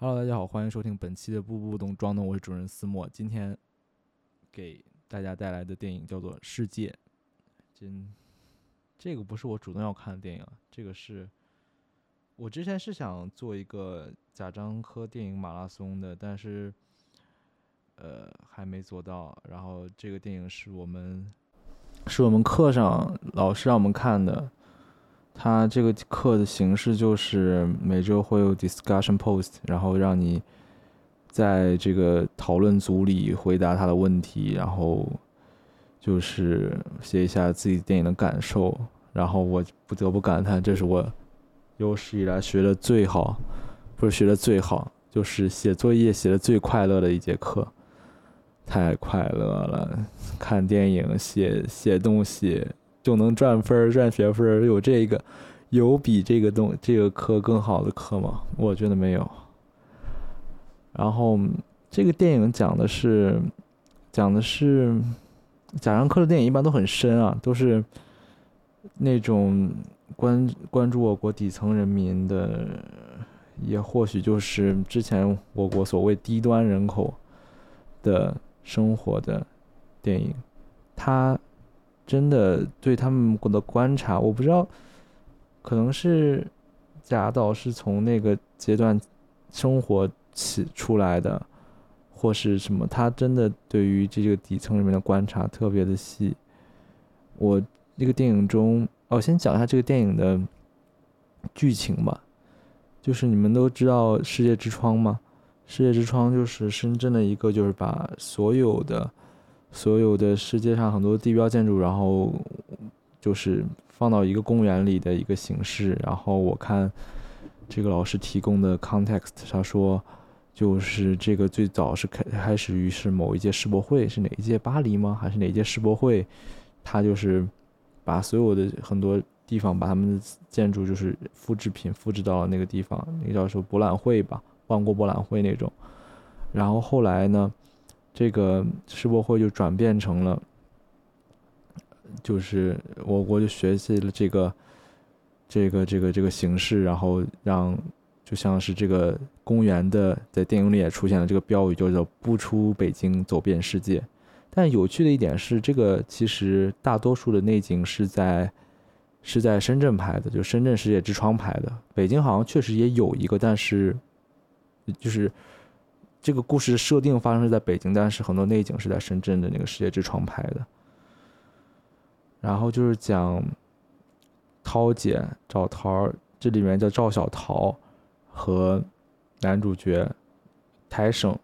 Hello，大家好，欢迎收听本期的步步动装动，我是主任思墨。今天给大家带来的电影叫做《世界》。这个不是我主动要看的电影啊，这个是我之前是想做一个贾樟柯电影马拉松的，但是还没做到。然后这个电影是我们课上老师让我们看的。他这个课的形式就是每周会有 discussion post， 然后让你在这个讨论组里回答他的问题，然后就是写一下自己电影的感受。然后我不得不感叹，这是我有史以来学的最好，不是学的最好，就是写作业写的最快乐的一节课，太快乐了！看电影、写东西就能赚分赚学分，有比这个课更好的课吗？我觉得没有。然后这个电影讲的是贾樟柯的电影一般都很深啊，都是那种关注我国底层人民的，也或许就是之前我国所谓低端人口的生活的电影。他真的对他们的观察，我不知道，可能是贾导是从那个阶段生活起出来的，或是什么，他真的对于这个底层人民的观察特别的细。我这个电影中，先讲一下这个电影的剧情吧。就是你们都知道世界之窗吗？世界之窗就是深圳的一个，就是把所有的世界上很多地标建筑，然后就是放到一个公园里的一个形式。然后我看这个老师提供的 context， 他说就是这个最早是开始于是某一届世博会，是哪一届？巴黎吗？还是哪一届世博会？他就是把所有的很多地方把他们的建筑就是复制品复制到了那个地方，那个叫什么博览会吧，万国博览会那种。然后后来呢，这个世博会就转变成了，就是我国就学习了这个形式，然后让就像是这个公园的，在电影里也出现了这个标语，就叫不出北京走遍世界。但有趣的一点是，这个其实大多数的内景是在深圳拍的，就深圳世界之窗拍的。北京好像确实也有一个，但是就是这个故事设定发生是在北京，但是很多内景是在深圳的那个世界之窗拍的。然后就是讲涛姐赵涛，这里面叫赵小桃和男主角泰生，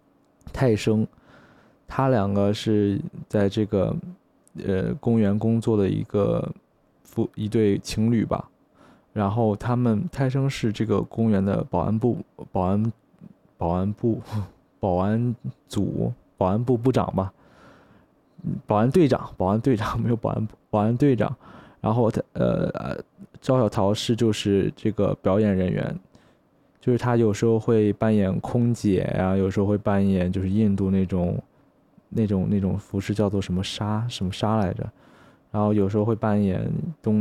他两个是在这个公园工作的一对情侣吧。然后泰生是这个公园的保安部部长吧，保安队长没有保安队长。然后赵小桃就是这个表演人员，就是他有时候会扮演空姐啊，有时候会扮演就是印度那种服饰叫做什么纱来着。然后有时候会扮演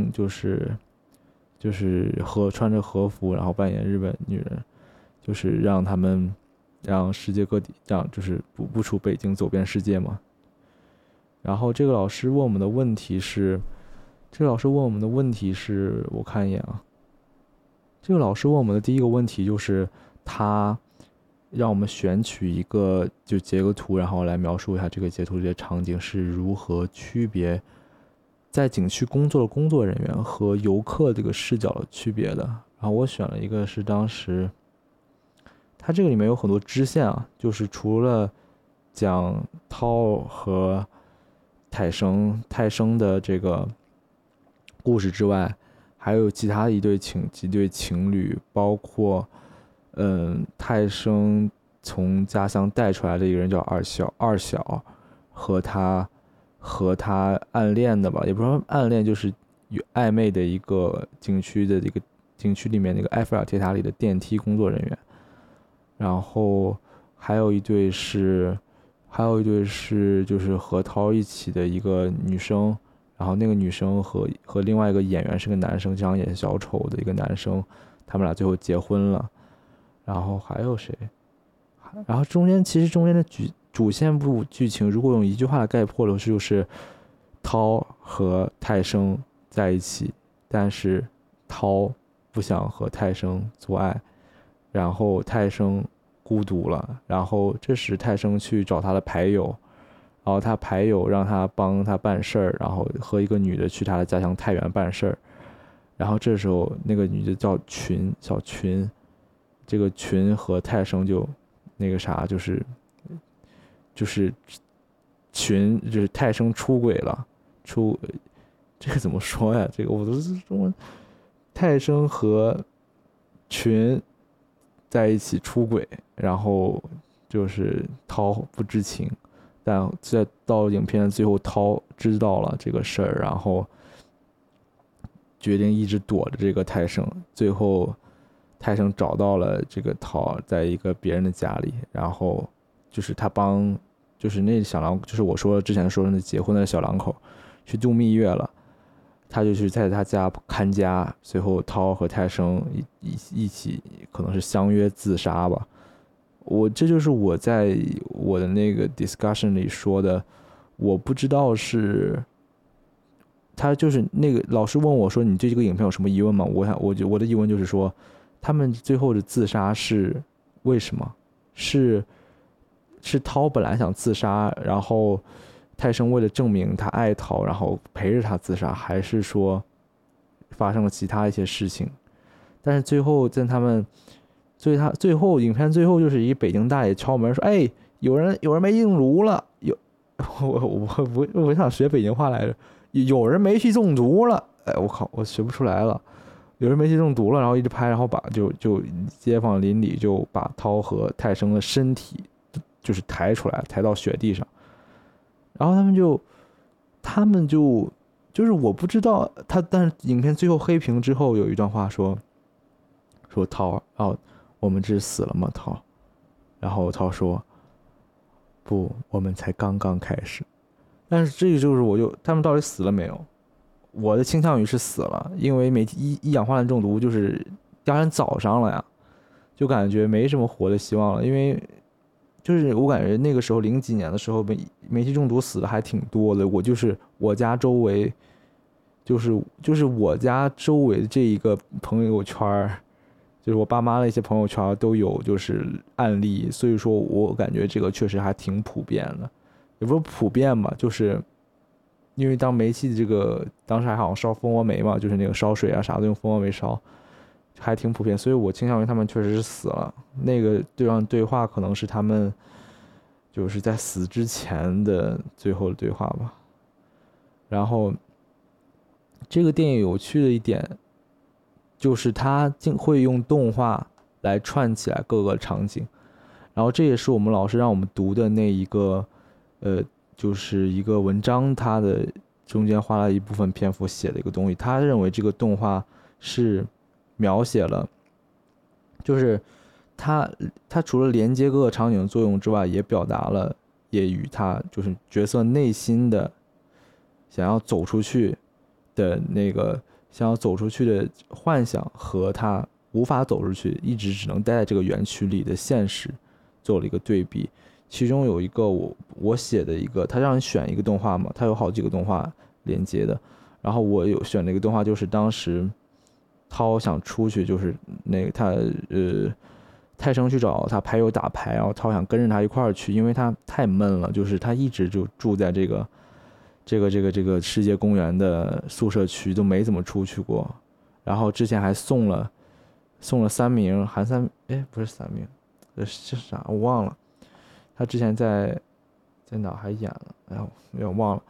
就是穿着和服，然后扮演日本女人，就是让世界各地就是不出北京走遍世界嘛。然后这个老师问我们的问题是，我看一眼啊。这个老师问我们的第一个问题就是他让我们选取一个就截个图，然后来描述一下这个截图这些场景是如何区别在景区工作的工作人员和游客这个视角的区别的。然后我选了一个是当时它这个里面有很多支线啊，就是除了讲涛和泰生的这个故事之外，还有其他几对情侣，包括泰生从家乡带出来的一个人叫二小和他暗恋的吧，也不是说暗恋，就是有暧昧的一个景区里面那个埃菲尔铁塔里的电梯工作人员。然后还有一对是就是和涛一起的一个女生，然后那个女生和另外一个演员是个男生，经常演小丑的一个男生，他们俩最后结婚了。 然后还有谁？然后其实中间的主线部剧情，如果用一句话来概括的就是涛和泰生在一起，但是涛不想和泰生做爱，然后泰生孤独了，然后这时泰生去找他的牌友，然后他牌友让他帮他办事儿，然后和一个女的去他的家乡太原办事儿，然后这时候那个女的叫小群，这个群和泰生就那个啥，就是群就是泰生出轨了，这个怎么说呀？这个我都是中文，泰生和群在一起出轨，然后就是涛不知情，但到影片的最后，涛知道了这个事儿，然后决定一直躲着这个泰生，最后泰生找到了这个涛，在一个别人的家里，然后就是他帮，就是那小两，就是我说之前说的那结婚的小两口去度蜜月了，他就去在他家看家，最后涛和泰生一起可能是相约自杀吧。这就是我在我的那个 discussion 里说的，我不知道是他就是那个老师问我说你对这个影片有什么疑问吗？我的疑问就是说，他们最后的自杀是为什么？是涛本来想自杀，然后泰生为了证明他爱涛，然后陪着他自杀，还是说发生了其他一些事情？但是最后在他们，所以他最后影片最后就是一北京大爷敲门说：“哎，有人煤气中毒了。”我想学北京话来着，有人煤气中毒了。哎，我靠，我学不出来了。有人煤气中毒了，然后一直拍，然后就街坊邻里就把涛和泰生的身体就是抬出来，抬到雪地上，然后他们就是我不知道但是影片最后黑屏之后有一段话说涛，我们这是死了吗涛？然后涛说不，我们才刚刚开始。但是这个就是他们到底死了没有？我的倾向于是死了，因为一氧化碳中毒就是第二天早上了呀，就感觉没什么活的希望了。因为就是我感觉那个时候零几年的时候煤气中毒死的还挺多的。我家周围就是我家周围的这一个朋友圈，就是我爸妈的一些朋友圈都有就是案例，所以说我感觉这个确实还挺普遍的，也不是说普遍吧，就是因为当煤气这个当时还好像烧蜂窝煤嘛，就是那个烧水啊啥的用蜂窝煤烧，还挺普遍，所以我倾向于他们确实是死了。那个对话可能是他们就是在死之前的最后的对话吧。然后这个电影有趣的一点就是它竟会用动画来串起来各个场景，然后这也是我们老师让我们读的那一个就是一个文章，它的中间花了一部分篇幅写的一个东西。他认为这个动画是描写了，就是他除了连接各个场景的作用之外，也表达了也与他就是角色内心的想要走出去的那个想要走出去的幻想和他无法走出去，一直只能待在这个园区里的现实做了一个对比。其中有一个我写的一个，他让你选一个动画嘛，他有好几个动画连接的，然后我有选了一个动画，就是当时涛想出去，就是那个泰生去找他牌友打牌，然后涛想跟着他一块儿去，因为他太闷了，就是他一直就住在这个世界公园的宿舍区，都没怎么出去过，然后之前还送了三名韩三，不是三名，是啥我忘了。他之前在哪还演了，有点忘了，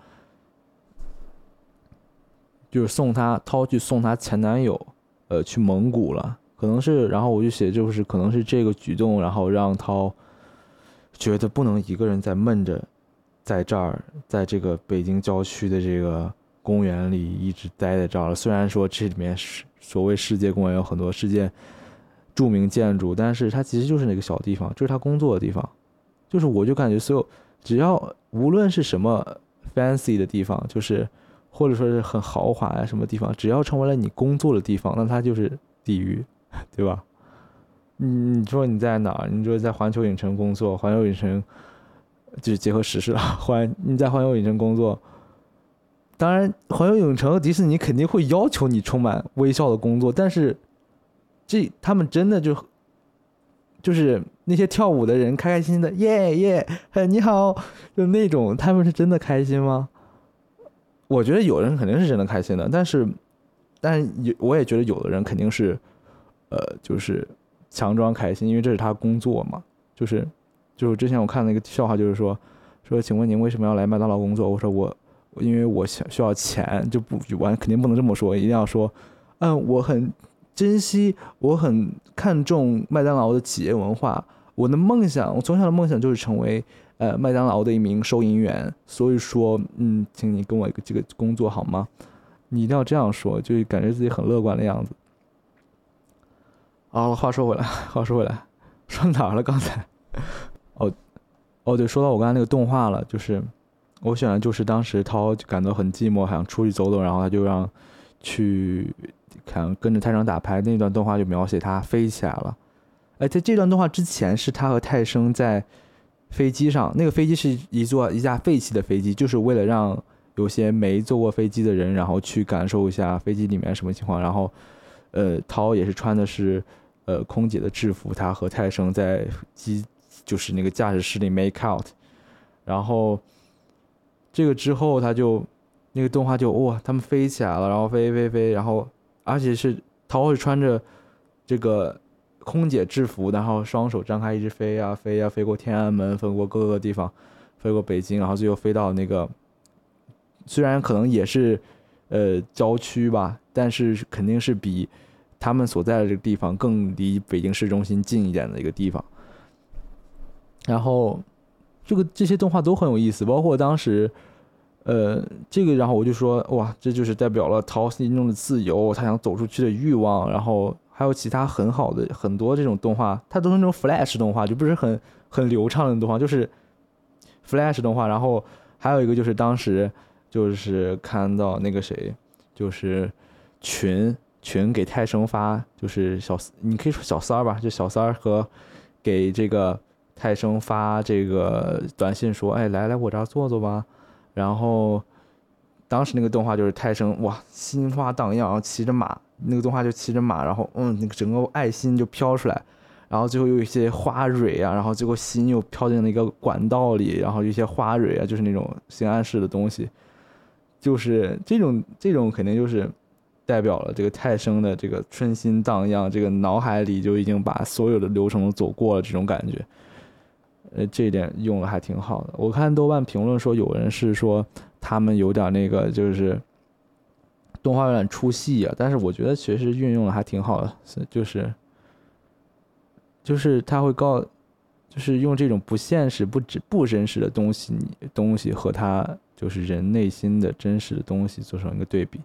就是涛去送他前男友，去蒙古了，可能是，然后我就写就是可能是这个举动，然后让涛觉得不能一个人再闷着，在这儿，在这个北京郊区的这个公园里一直待在这儿了。虽然说这里面所谓世界公园有很多世界著名建筑，但是它其实就是那个小地方，就是他工作的地方。就是我就感觉所有只要无论是什么 fancy 的地方，就是或者说是很豪华呀什么地方，只要成为了你工作的地方，那它就是地狱，对吧？ 你说你在哪儿？你说在环球影城工作，环球影城就是结合时事了。你在环球影城工作，当然环球影城和迪士尼肯定会要求你充满微笑的工作，但是他们真的就是那些跳舞的人开开心心的耶耶，你好，就那种他们是真的开心吗？我觉得有人肯定是真的开心的，但是我也觉得有的人肯定是就是强装开心，因为这是他工作嘛。就是之前我看那个笑话，就是说请问您为什么要来麦当劳工作？我说因为我需要钱，就不肯定不能这么说，一定要说我很珍惜，我很看重麦当劳的企业文化。我从小的梦想就是成为麦当劳的一名收银员，所以说请你跟我这个工作好吗？你一定要这样说，就感觉自己很乐观的样子。话说回来，说哪儿了刚才？对，说到我刚才那个动画了，就是我选的就是当时涛感到很寂寞，想出去走走，然后他就让去跟着泰生打牌，那段动画就描写他飞起来了。在这段动画之前是他和泰生在飞机上，那个飞机是一架废弃的飞机，就是为了让有些没坐过飞机的人，然后去感受一下飞机里面什么情况。然后涛也是穿的是空姐的制服，他和泰生在就是那个驾驶室里 make out。然后这个之后那个动画他们飞起来了，然后飞，然后而且是涛是穿着这个空姐制服，然后双手张开一直飞啊，飞过天安门，飞过各个地方，飞过北京，然后最后飞到那个虽然可能也是郊区吧，但是肯定是比他们所在的这个地方更离北京市中心近一点的一个地方。然后这些动画都很有意思，包括当时然后我就说哇，这就是代表了涛心中的自由，他想走出去的欲望。然后还有其他很多这种动画，它都是那种 Flash 动画，就不是很流畅的动画，就是 Flash 动画。然后还有一个就是当时就是看到那个谁，就是群给泰生发，就是你可以说小三儿吧，就小三儿和给这个泰生发这个短信说，来我这儿坐坐吧。然后当时那个动画就是泰生哇心花荡漾，然后骑着马，那个动画就骑着马，然后那个整个爱心就飘出来，然后最后有一些花蕊啊，然后最后心又飘进了一个管道里，然后一些花蕊啊，就是那种性暗示的东西，就是这种肯定就是代表了这个泰生的这个春心荡漾，这个脑海里就已经把所有的流程都走过了这种感觉。这一点用的还挺好的。我看豆瓣评论说，有人是说他们有点那个，就是动画有点出戏啊，但是我觉得其实运用的还挺好的，就是他会就是用这种不现实、不真实的东西和他就是人内心的真实的东西做成一个对比。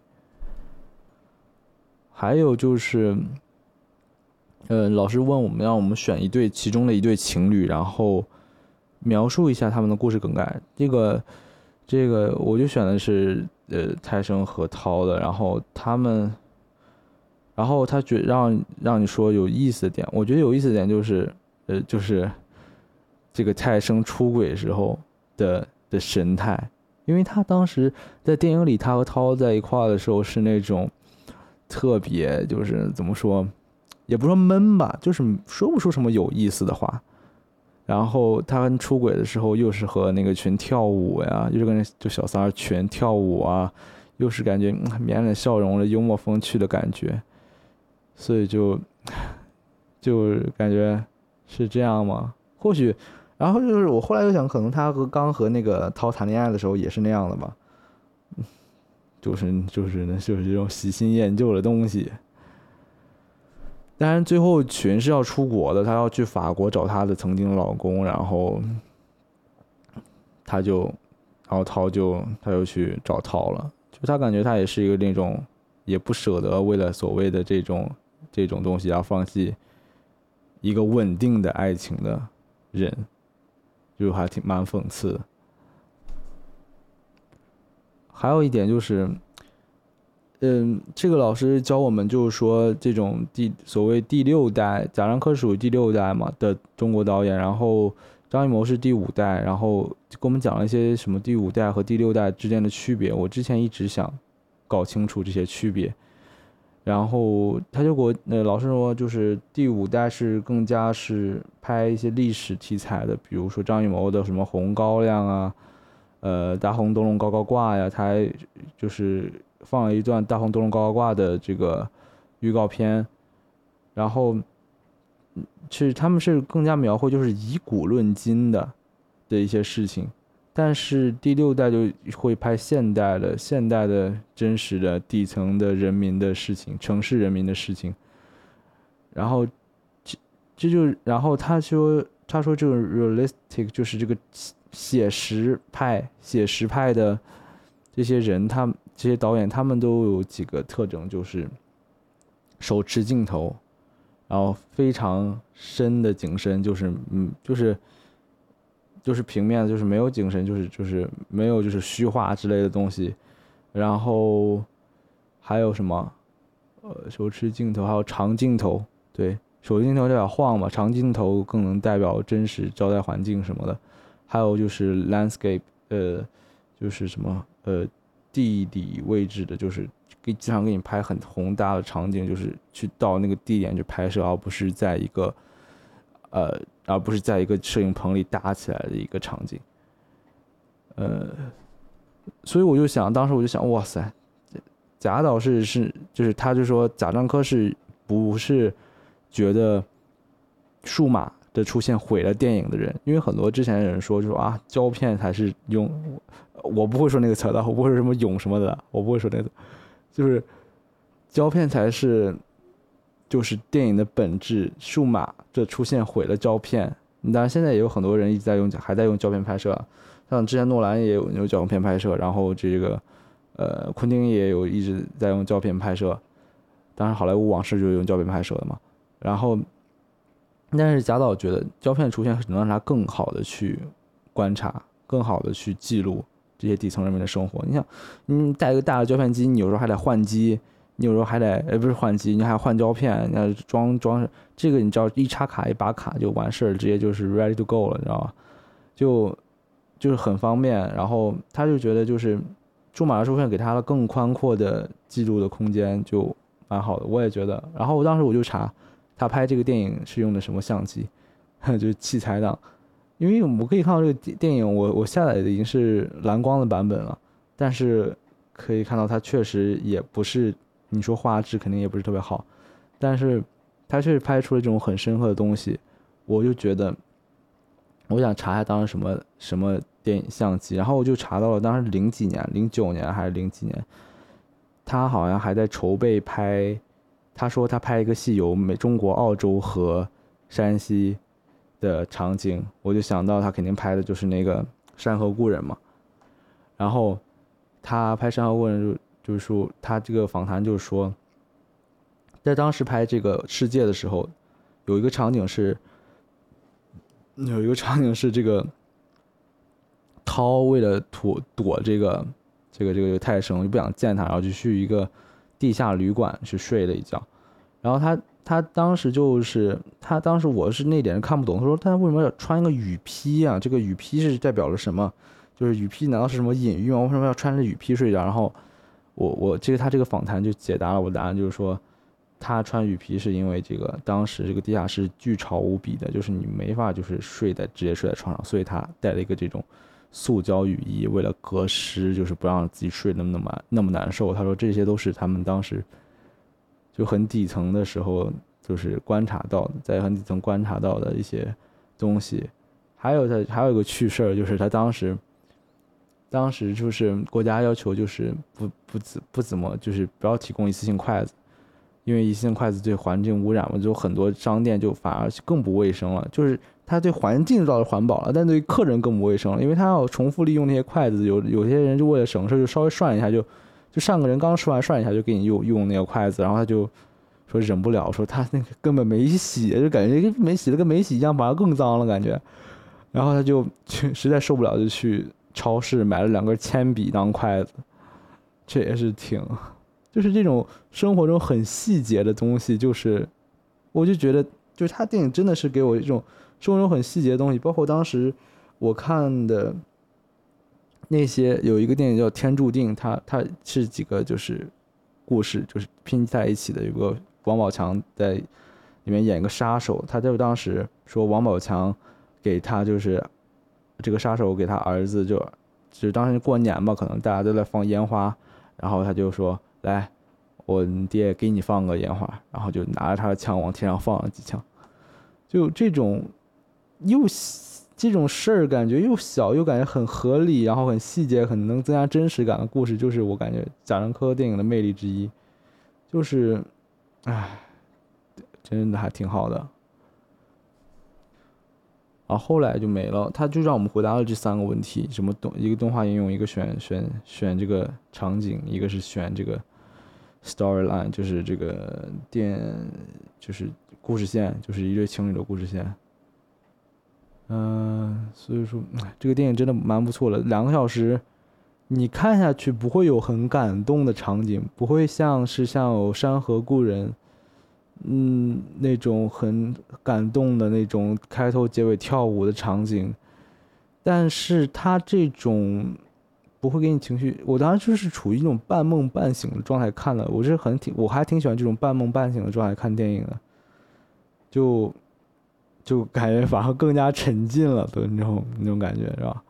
还有就是老师问我们让我们选其中的一对情侣，然后描述一下他们的故事梗概。这个我就选的是泰生和涛的，然后他让你说有意思的点，我觉得有意思的点就是这个泰生出轨时候的神态，因为他当时在电影里他和涛在一块的时候是那种特别就是怎么说，也不说闷吧，就是说不出什么有意思的话。然后他跟出轨的时候又是和那个群跳舞呀，又是跟小三群跳舞啊，又是感觉满脸笑容的幽默风趣的感觉，所以就感觉是这样吗？或许，然后就是我后来又想，可能他刚和那个涛谈恋爱的时候也是那样的吧，就是这种喜新厌旧的东西。当然最后群是要出国的，她要去法国找她的曾经的老公，然后涛就去找涛了。就她感觉她也是一个那种也不舍得为了所谓的这种东西而放弃一个稳定的爱情的人，就还蛮讽刺的。还有一点就是这个老师教我们就是说，这种所谓第六代，贾樟柯属于第六代嘛的中国导演，然后张艺谋是第五代，然后跟我们讲了一些什么第五代和第六代之间的区别。我之前一直想搞清楚这些区别，然后他就给我老师说，就是第五代是更加是拍一些历史题材的，比如说张艺谋的什么红高粱啊，大红灯笼高高挂呀，他还就是放了一段大红灯笼高高挂的这个预告片，然后是他们是更加描绘就是以古论今的一些事情，但是第六代就会拍现代的真实的底层的人民的事情，城市人民的事情，然后然后他说这个 realistic 就是这个写实派的这些人，这些导演他们都有几个特征，就是手持镜头，然后非常深的景深，就是平面，就是没有景深，就是没有就是虚化之类的东西，然后还有什么手持镜头，还有长镜头，对，手持镜头代表晃嘛，长镜头更能代表真实招待环境什么的，还有就是 landscape，就是什么地理位置的，就是经常给你拍很宏大的场景，就是去到那个地点去拍摄，而不是在一个摄影棚里搭起来的一个场景。所以当时我就想，哇塞，贾导就是他就说贾樟柯是不是觉得数码的出现毁了电影的人？因为很多之前的人说，就说啊，胶片才是用，我不会说那个词的，我不会说什么永什么的，我不会说那个，就是胶片才是就是电影的本质，数码的出现毁了胶片。当然现在也有很多人还在用胶片拍摄，像之前诺兰也有胶片拍摄，然后这个昆汀也有一直在用胶片拍摄，当然好莱坞往事就是用胶片拍摄的嘛。然后但是贾导觉得胶片出现能让他更好的去观察，更好的去记录这些底层人民的生活。你想，你带一个大的胶片机，你有时候还得换机，你有时候还得不是换机，你还要换胶片，你要装这个，你知道一插卡一拔卡就完事儿，直接就是 ready to go 了，你知道吧？就是很方便。然后他就觉得就是数码的出现给他了更宽阔的记录的空间，就蛮好的，我也觉得。然后当时我就查他拍这个电影是用的什么相机，就是器材档，因为我可以看到这个电影，我下载的已经是蓝光的版本了，但是可以看到它确实也不是，你说画质肯定也不是特别好，但是它确实拍出了这种很深刻的东西。我就觉得我想查一下当时什么电影相机，然后我就查到了当时09年还是零几年，他好像还在筹备拍，他说他拍一个戏有中国、澳洲和山西的场景，我就想到他肯定拍的就是那个《山河故人》嘛。然后他拍《山河故人》就是说他这个访谈就是说，在当时拍这个世界的时候，有一个场景是这个涛为了躲这个泰生，就不想见他，然后就去一个地下旅馆去睡了一觉。然后他当时我是那点看不懂，他说他为什么要穿一个雨披啊？这个雨披是代表了什么？就是雨披难道是什么隐喻吗？为什么要穿着雨披睡觉？然后他这个访谈就解答了我的答案，就是说他穿雨披是因为当时这个地下室巨潮无比的，就是你没法就是直接睡在床上，所以他带了一个这种塑胶雨衣，为了隔湿，就是不让自己睡那么难受。他说这些都是他们当时就很底层的时候就是在很底层观察到的一些东西。还有一个趣事，就是他当时就是国家要求就是不怎么就是不要提供一次性筷子，因为一次性筷子对环境污染嘛，就很多商店就反而更不卫生了。就是它对环境倒是环保了，但对客人更不卫生了，因为他要重复利用那些筷子，有些人就为了省事就稍微涮一下就上个人刚吃完涮一下就给你用那个筷子，然后他就说忍不了，说他那个根本没洗，就感觉没洗的跟没洗一样，反而更脏了感觉。然后他就实在受不了，就去超市买了2根铅笔当筷子，这也是挺就是这种生活中很细节的东西，就是我就觉得，就是他电影真的是给我一种生活中很细节的东西，包括当时我看的那些有一个电影叫《天注定》，它是几个就是故事就是拼在一起的，有个王宝强在里面演一个杀手，他就当时说王宝强给他就是这个杀手给他儿子就是当时过年吧，可能大家都在放烟花，然后他就说来，我爹给你放个烟花，然后就拿着他的枪往天上放了几枪，就这种这种事儿感觉又小又感觉很合理，然后很细节，很能增加真实感的故事，就是我感觉贾樟柯电影的魅力之一，就是真的还挺好的。然后后来就没了，他就让我们回答了这3个问题，什么一个动画应用，一个选这个场景，一个是选这个 storyline， 就是这个就是故事线，就是一对情侣的故事线。所以说这个电影真的蛮不错的，2个小时你看下去不会有很感动的场景，不会像有山河故人那种很感动的那种开头结尾跳舞的场景，但是他这种不会给你情绪，我当时就是处于一种半梦半醒的状态看了，我还挺喜欢这种半梦半醒的状态看电影的，就感觉反而更加沉浸了的那种感觉，是吧？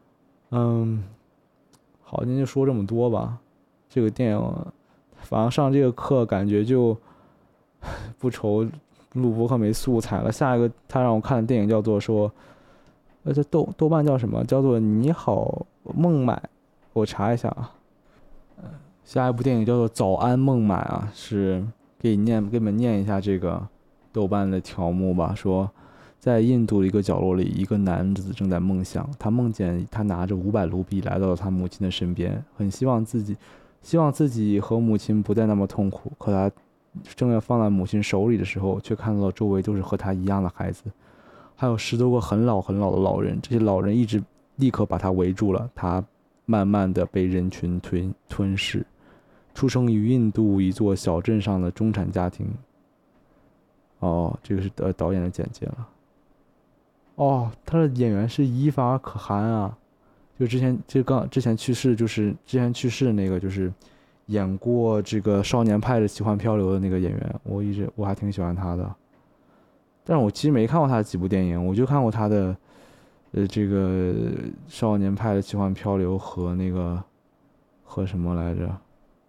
好，今天就说这么多吧。这个电影，反正上这个课感觉就不愁录播课没素材了。下一个他让我看的电影叫做这豆瓣叫什么？叫做《你好孟买》，我查一下啊。下一部电影叫做《早安孟买》啊，是给你们念一下这个豆瓣的条目吧，说。在印度的一个角落里，一个男子正在梦想。他梦见他拿着500卢比来到了他母亲的身边，很希望自己和母亲不再那么痛苦。可他正要放在母亲手里的时候，却看到周围都是和他一样的孩子，还有10多个很老的老人。这些老人立刻把他围住了，他慢慢的被人群吞噬。出生于印度一座小镇上的中产家庭。这个是导演的简介了。他的演员是伊法尔可汗啊，就之前去世，就是之前去世的那个，就是演过这个《少年派的奇幻漂流》的那个演员，我还挺喜欢他的，但是我其实没看过他的几部电影，我就看过他的这个《少年派的奇幻漂流》和那个和什么来着？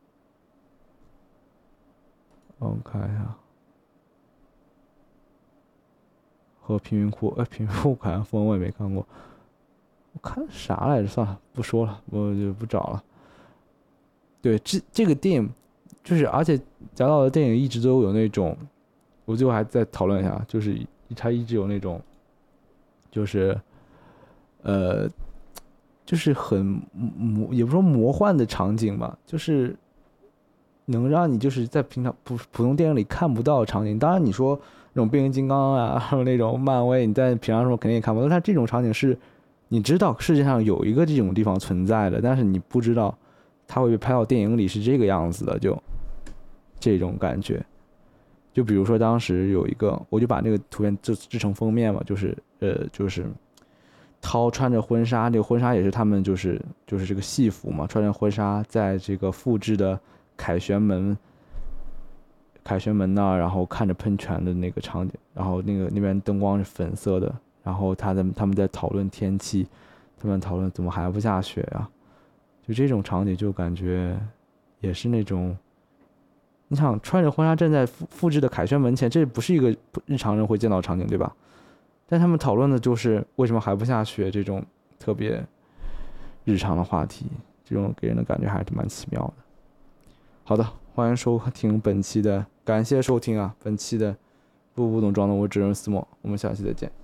我看一下。和贫民窟好像风我也没看过，我看啥来着？算了，不说了，我就不找了。对，这个电影就是，而且贾导的电影一直都有那种，我最后还再讨论一下，就是他一直有那种，就是就是很也不说魔幻的场景吧，就是能让你就是在平常普通电影里看不到的场景。当然你说那种变形金刚啊，还有那种漫威，你在平常时候肯定也看不到。但这种场景是你知道世界上有一个这种地方存在的，但是你不知道它会被拍到电影里是这个样子的，就这种感觉。就比如说当时有一个，我就把那个图片就制成封面嘛，就是涛穿着婚纱，这个婚纱也是他们就是这个戏服嘛，穿着婚纱在这个复制的凯旋门那儿，然后看着喷泉的那个场景，然后那边灯光是粉色的，然后他们在讨论天气，他们讨论怎么还不下雪啊，就这种场景就感觉也是那种，你想穿着婚纱站在复制的凯旋门前，这不是一个日常人会见到的场景，对吧？但他们讨论的就是为什么还不下雪这种特别日常的话题，这种给人的感觉还是蛮奇妙的。好的，欢迎收听本期的，感谢收听啊，本期的不懂装的我只认思莫，我们下期再见。